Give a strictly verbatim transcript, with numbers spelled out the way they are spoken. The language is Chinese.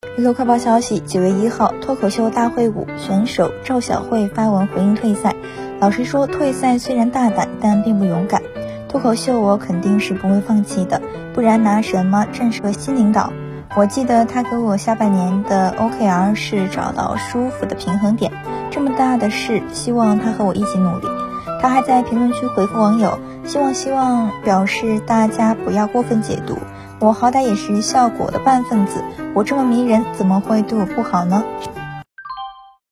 娱乐快报消息，九月一号，脱口秀大会五选手赵小慧发文回应退赛。老实说，退赛虽然大胆，但并不勇敢。脱口秀我肯定是不会放弃的，不然拿什么震慑新领导？我记得他给我下半年的 O K R 是找到舒服的平衡点，这么大的事，希望他和我一起努力。他还在评论区回复网友，希望希望表示大家不要过分解读，我好歹也是效果的半分子，我这么迷人，怎么会对我不好呢？